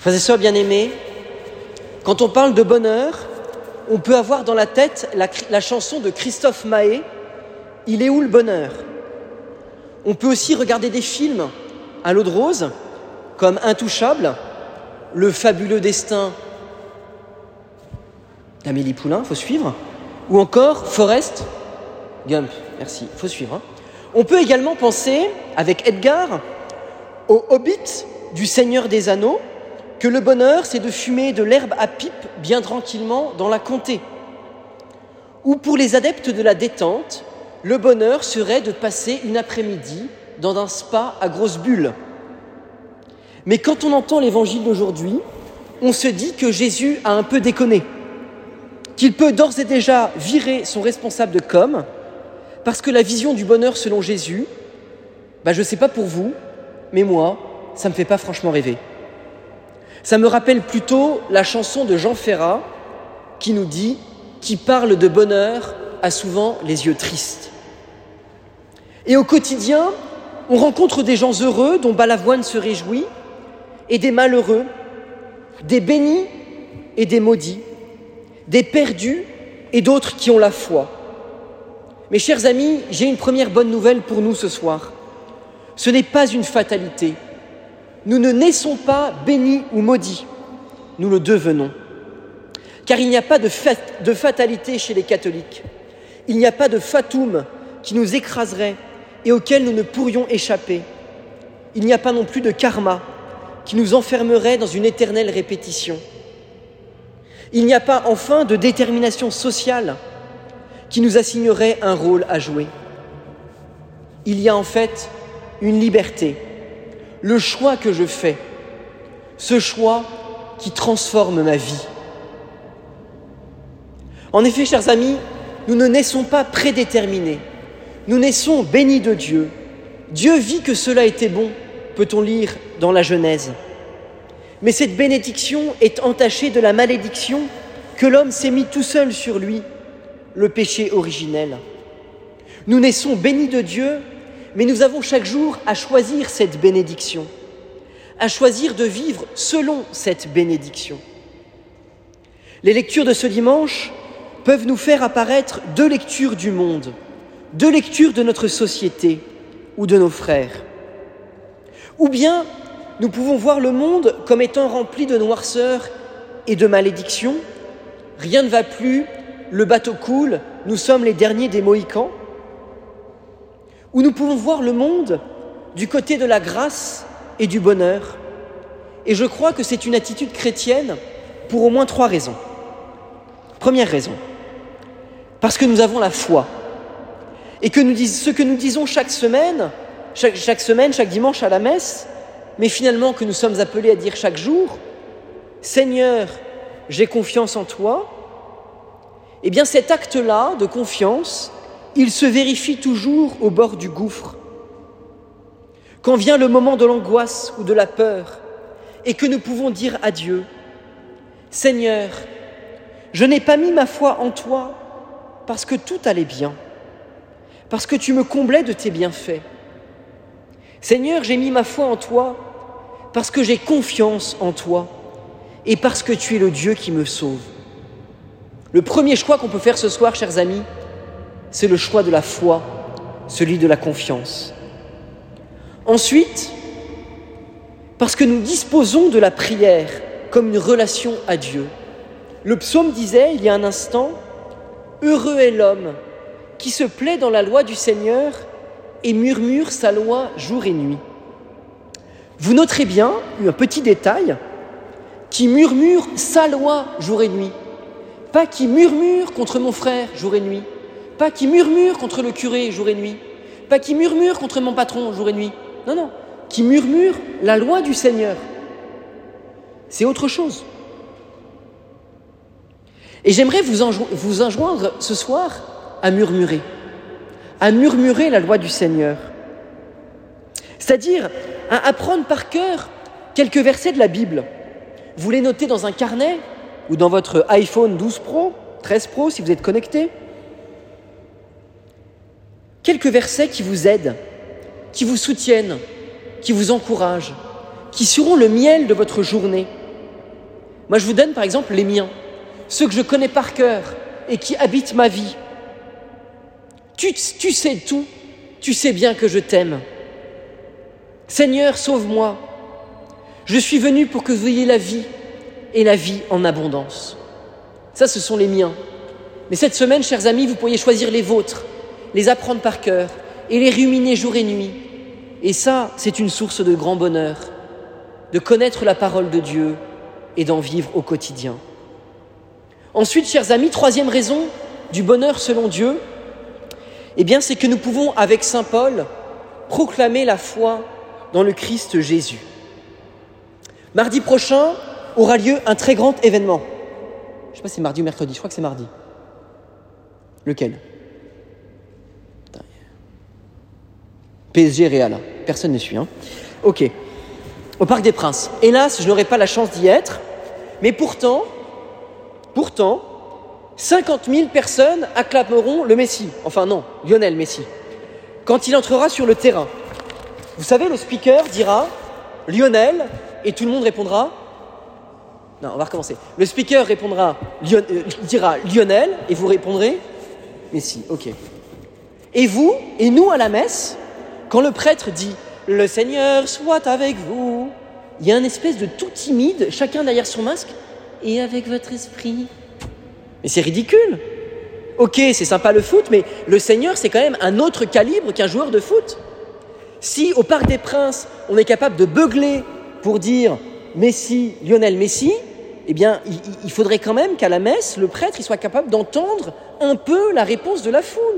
Frères et sœurs bien-aimés, quand on parle de bonheur, on peut avoir dans la tête la chanson de Christophe Maé, « Il est où le bonheur ?» On peut aussi regarder des films à l'eau de rose, comme Intouchable, Le fabuleux destin d'Amélie Poulain, il faut suivre, ou encore Forrest Gump, merci, il faut suivre. On peut également penser, avec Edgar, au Hobbit du Seigneur des Anneaux, que le bonheur, c'est de fumer de l'herbe à pipe bien tranquillement dans la comté. Ou pour les adeptes de la détente, le bonheur serait de passer une après-midi dans un spa à grosses bulles. Mais quand on entend l'évangile d'aujourd'hui, on se dit que Jésus a un peu déconné, qu'il peut d'ores et déjà virer son responsable de com, parce que la vision du bonheur selon Jésus, je ne sais pas pour vous, mais moi, ça ne me fait pas franchement rêver. Ça me rappelle plutôt la chanson de Jean Ferrat qui nous dit « Qui parle de bonheur a souvent les yeux tristes ». Et au quotidien, on rencontre des gens heureux dont Balavoine se réjouit et des malheureux, des bénis et des maudits, des perdus et d'autres qui ont la foi. Mes chers amis, j'ai une première bonne nouvelle pour nous ce soir. Ce n'est pas une fatalité. Nous ne naissons pas bénis ou maudits, nous le devenons. Car il n'y a pas de fatalité chez les catholiques. Il n'y a pas de fatum qui nous écraserait et auquel nous ne pourrions échapper. Il n'y a pas non plus de karma qui nous enfermerait dans une éternelle répétition. Il n'y a pas enfin de détermination sociale qui nous assignerait un rôle à jouer. Il y a en fait une liberté, le choix que je fais, ce choix qui transforme ma vie. En effet, chers amis, nous ne naissons pas prédéterminés, nous naissons bénis de Dieu. Dieu vit que cela était bon, peut-on lire dans la Genèse. Mais cette bénédiction est entachée de la malédiction que l'homme s'est mis tout seul sur lui, le péché originel. Nous naissons bénis de Dieu, mais nous avons chaque jour à choisir cette bénédiction, à choisir de vivre selon cette bénédiction. Les lectures de ce dimanche peuvent nous faire apparaître deux lectures du monde, deux lectures de notre société ou de nos frères. Ou bien nous pouvons voir le monde comme étant rempli de noirceur et de malédiction. Rien ne va plus, le bateau coule, nous sommes les derniers des Mohicans. Ou nous pouvons voir le monde du côté de la grâce et du bonheur. Et je crois que c'est une attitude chrétienne pour au moins 3 raisons. Première raison, parce que nous avons la foi. Et que ce que nous disons chaque semaine, chaque dimanche à la messe, mais finalement que nous sommes appelés à dire chaque jour, « Seigneur, j'ai confiance en toi », eh bien cet acte-là de confiance, il se vérifie toujours au bord du gouffre. Quand vient le moment de l'angoisse ou de la peur, et que nous pouvons dire à Dieu, « Seigneur, je n'ai pas mis ma foi en toi parce que tout allait bien, parce que tu me comblais de tes bienfaits. Seigneur, j'ai mis ma foi en toi parce que j'ai confiance en toi et parce que tu es le Dieu qui me sauve. » Le premier choix qu'on peut faire ce soir, chers amis, c'est le choix de la foi, celui de la confiance. Ensuite, parce que nous disposons de la prière comme une relation à Dieu. Le psaume disait, il y a un instant, « Heureux est l'homme qui se plaît dans la loi du Seigneur et murmure sa loi jour et nuit. » Vous noterez bien un petit détail, qui murmure sa loi jour et nuit. Pas qui murmure contre mon frère jour et nuit, pas qui murmure contre le curé jour et nuit, pas qui murmure contre mon patron jour et nuit. Non, qui murmure la loi du Seigneur. C'est autre chose. Et j'aimerais vous enjoindre ce soir à murmurer la loi du Seigneur. C'est-à-dire à apprendre par cœur quelques versets de la Bible. Vous les notez dans un carnet ou dans votre iPhone 12 Pro, 13 Pro si vous êtes connecté. Quelques versets qui vous aident, qui vous soutiennent, qui vous encouragent, qui seront le miel de votre journée. Moi, je vous donne par exemple les miens, ceux que je connais par cœur et qui habitent ma vie. Tu sais tout, tu sais bien que je t'aime. Seigneur, sauve-moi. Je suis venu pour que vous ayez la vie et la vie en abondance. Ça, ce sont les miens. Mais cette semaine, chers amis, vous pourriez choisir les vôtres, les apprendre par cœur et les ruminer jour et nuit. Et ça, c'est une source de grand bonheur, de connaître la parole de Dieu et d'en vivre au quotidien. Ensuite, chers amis, troisième raison du bonheur selon Dieu, c'est que nous pouvons, avec saint Paul, proclamer la foi dans le Christ Jésus. Mardi prochain aura lieu un très grand événement. Je ne sais pas si c'est mardi ou mercredi, je crois que c'est mardi. Lequel ? PSG Real, personne ne suit. Ok, au Parc des Princes. Hélas, je n'aurai pas la chance d'y être, mais pourtant, 50 000 personnes acclameront le Messie, enfin non, Lionel Messi, quand il entrera sur le terrain. Vous savez, le speaker dira « Lionel » et tout le monde répondra « Non, on va recommencer. Le speaker dira « Lionel » et vous répondrez « Messi ». Ok. Et vous, et nous à la messe, quand le prêtre dit « Le Seigneur soit avec vous », il y a une espèce de tout timide, chacun derrière son masque, et avec votre esprit. Mais c'est ridicule. Ok, c'est sympa le foot, mais le Seigneur, c'est quand même un autre calibre qu'un joueur de foot. Si au Parc des Princes, on est capable de beugler pour dire Messi, Lionel Messi, il faudrait quand même qu'à la messe, le prêtre il soit capable d'entendre un peu la réponse de la foule.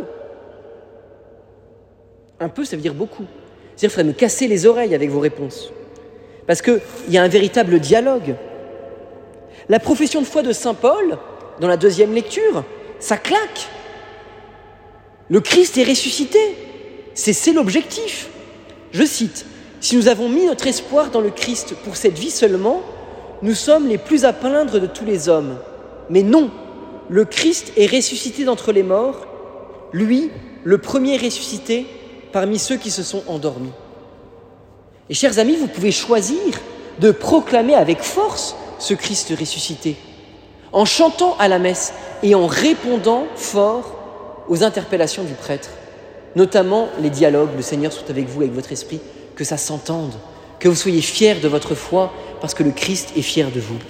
Un peu, ça veut dire beaucoup. C'est-à-dire qu'il faudrait me casser les oreilles avec vos réponses. Parce qu'il y a un véritable dialogue. La profession de foi de saint Paul, dans la deuxième lecture, ça claque. Le Christ est ressuscité. C'est l'objectif. Je cite, « Si nous avons mis notre espoir dans le Christ pour cette vie seulement, nous sommes les plus à plaindre de tous les hommes. Mais non, le Christ est ressuscité d'entre les morts, lui, le premier ressuscité parmi ceux qui se sont endormis. » Et chers amis, vous pouvez choisir de proclamer avec force ce Christ ressuscité, en chantant à la messe et en répondant fort aux interpellations du prêtre, notamment les dialogues, le Seigneur soit avec vous, avec votre esprit, que ça s'entende, que vous soyez fiers de votre foi parce que le Christ est fier de vous.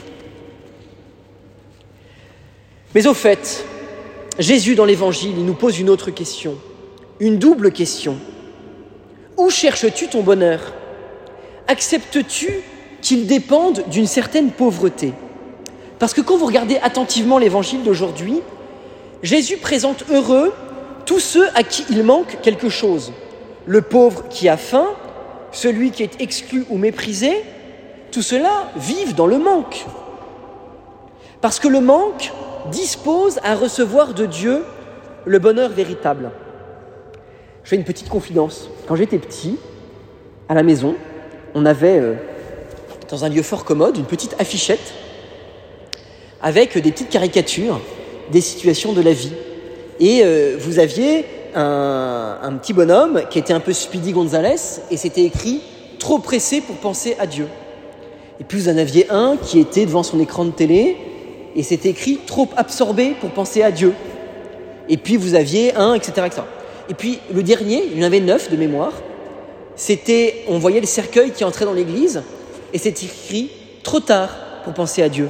Mais au fait, Jésus dans l'Évangile, il nous pose une autre question, une double question. Où cherches-tu ton bonheur ? Acceptes-tu qu'il dépende d'une certaine pauvreté ? Parce que quand vous regardez attentivement l'Évangile d'aujourd'hui, Jésus présente heureux tous ceux à qui il manque quelque chose. Le pauvre qui a faim, celui qui est exclu ou méprisé, tout cela vivent dans le manque. Parce que le manque dispose à recevoir de Dieu le bonheur véritable. Je fais une petite confidence. Quand j'étais petit, à la maison, on avait, dans un lieu fort commode, une petite affichette avec des petites caricatures des situations de la vie. Et vous aviez un petit bonhomme qui était un peu Speedy Gonzales et c'était écrit « Trop pressé pour penser à Dieu ». Et puis vous en aviez un qui était devant son écran de télé et c'était écrit « Trop absorbé pour penser à Dieu ». Et puis vous aviez un, etc., etc. Et puis le dernier, il y en avait 9 de mémoire, on voyait le cercueil qui entrait dans l'église et c'était écrit « Trop tard pour penser à Dieu ».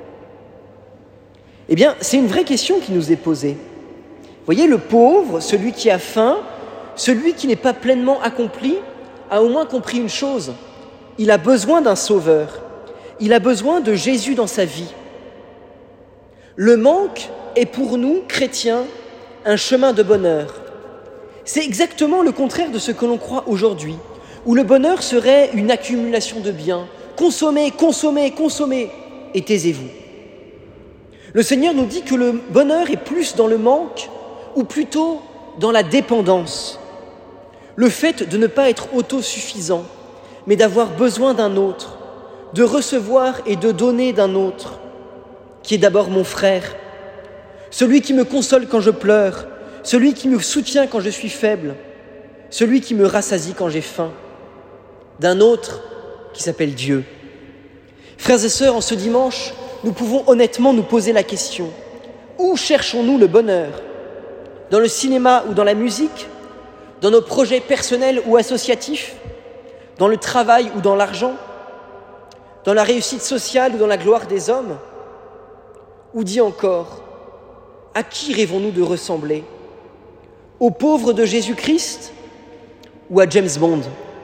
Eh bien, c'est une vraie question qui nous est posée. Vous voyez, le pauvre, celui qui a faim, celui qui n'est pas pleinement accompli, a au moins compris une chose. Il a besoin d'un sauveur. Il a besoin de Jésus dans sa vie. Le manque est pour nous, chrétiens, un chemin de bonheur. C'est exactement le contraire de ce que l'on croit aujourd'hui, où le bonheur serait une accumulation de biens. Consommez, consommez, consommez, et taisez-vous. Le Seigneur nous dit que le bonheur est plus dans le manque, ou plutôt dans la dépendance. Le fait de ne pas être autosuffisant, mais d'avoir besoin d'un autre, de recevoir et de donner d'un autre, qui est d'abord mon frère, celui qui me console quand je pleure, celui qui me soutient quand je suis faible, celui qui me rassasie quand j'ai faim, d'un autre qui s'appelle Dieu. Frères et sœurs, en ce dimanche, nous pouvons honnêtement nous poser la question: où cherchons-nous le bonheur? Dans le cinéma ou dans la musique? Dans nos projets personnels ou associatifs? Dans le travail ou dans l'argent? Dans la réussite sociale ou dans la gloire des hommes? Ou dit encore, à qui rêvons-nous de ressembler? Aux pauvres de Jésus-Christ ou à James Bond?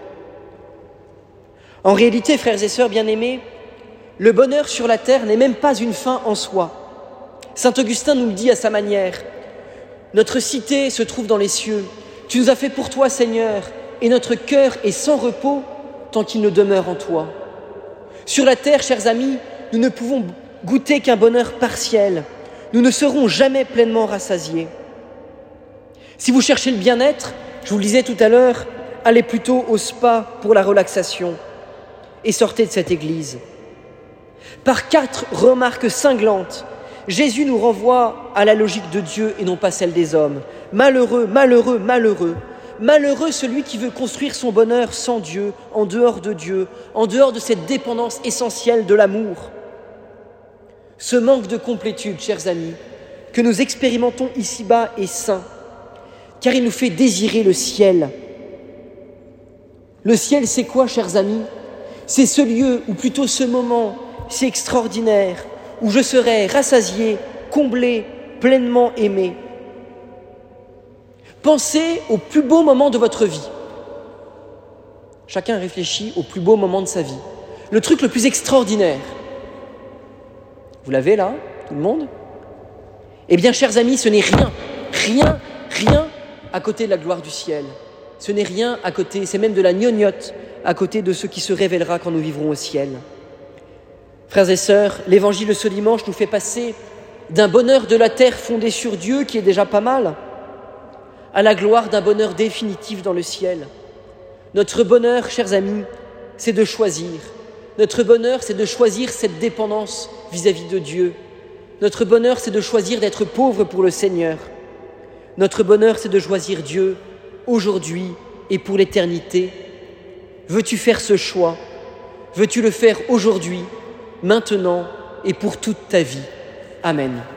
En réalité, frères et sœurs bien-aimés, le bonheur sur la terre n'est même pas une fin en soi. Saint Augustin nous le dit à sa manière: notre cité se trouve dans les cieux. Tu nous as fait pour toi, Seigneur, et notre cœur est sans repos tant qu'il ne demeure en toi. Sur la terre, chers amis, nous ne pouvons goûter qu'un bonheur partiel. Nous ne serons jamais pleinement rassasiés. Si vous cherchez le bien-être, je vous le disais tout à l'heure, allez plutôt au spa pour la relaxation et sortez de cette église. Par 4 remarques cinglantes, Jésus nous renvoie à la logique de Dieu et non pas celle des hommes. Malheureux, malheureux, malheureux. Malheureux celui qui veut construire son bonheur sans Dieu, en dehors de Dieu, en dehors de cette dépendance essentielle de l'amour. Ce manque de complétude, chers amis, que nous expérimentons ici-bas est sain, car il nous fait désirer le ciel. Le ciel, c'est quoi, chers amis? C'est ce lieu, ou plutôt ce moment si extraordinaire, où je serai rassasié, comblé, pleinement aimé. Pensez au plus beau moment de votre vie. Chacun réfléchit au plus beau moment de sa vie. Le truc le plus extraordinaire. Vous l'avez là, tout le monde? Eh bien, chers amis, ce n'est rien à côté de la gloire du ciel. Ce n'est rien à côté, c'est même de la gnognotte à côté de ce qui se révélera quand nous vivrons au ciel. Frères et sœurs, l'évangile de ce dimanche nous fait passer d'un bonheur de la terre fondé sur Dieu, qui est déjà pas mal, à la gloire d'un bonheur définitif dans le ciel. Notre bonheur, chers amis, c'est de choisir. Notre bonheur, c'est de choisir cette dépendance vis-à-vis de Dieu. Notre bonheur, c'est de choisir d'être pauvre pour le Seigneur. Notre bonheur, c'est de choisir Dieu aujourd'hui et pour l'éternité. Veux-tu faire ce choix? Veux-tu le faire aujourd'hui, maintenant et pour toute ta vie? Amen.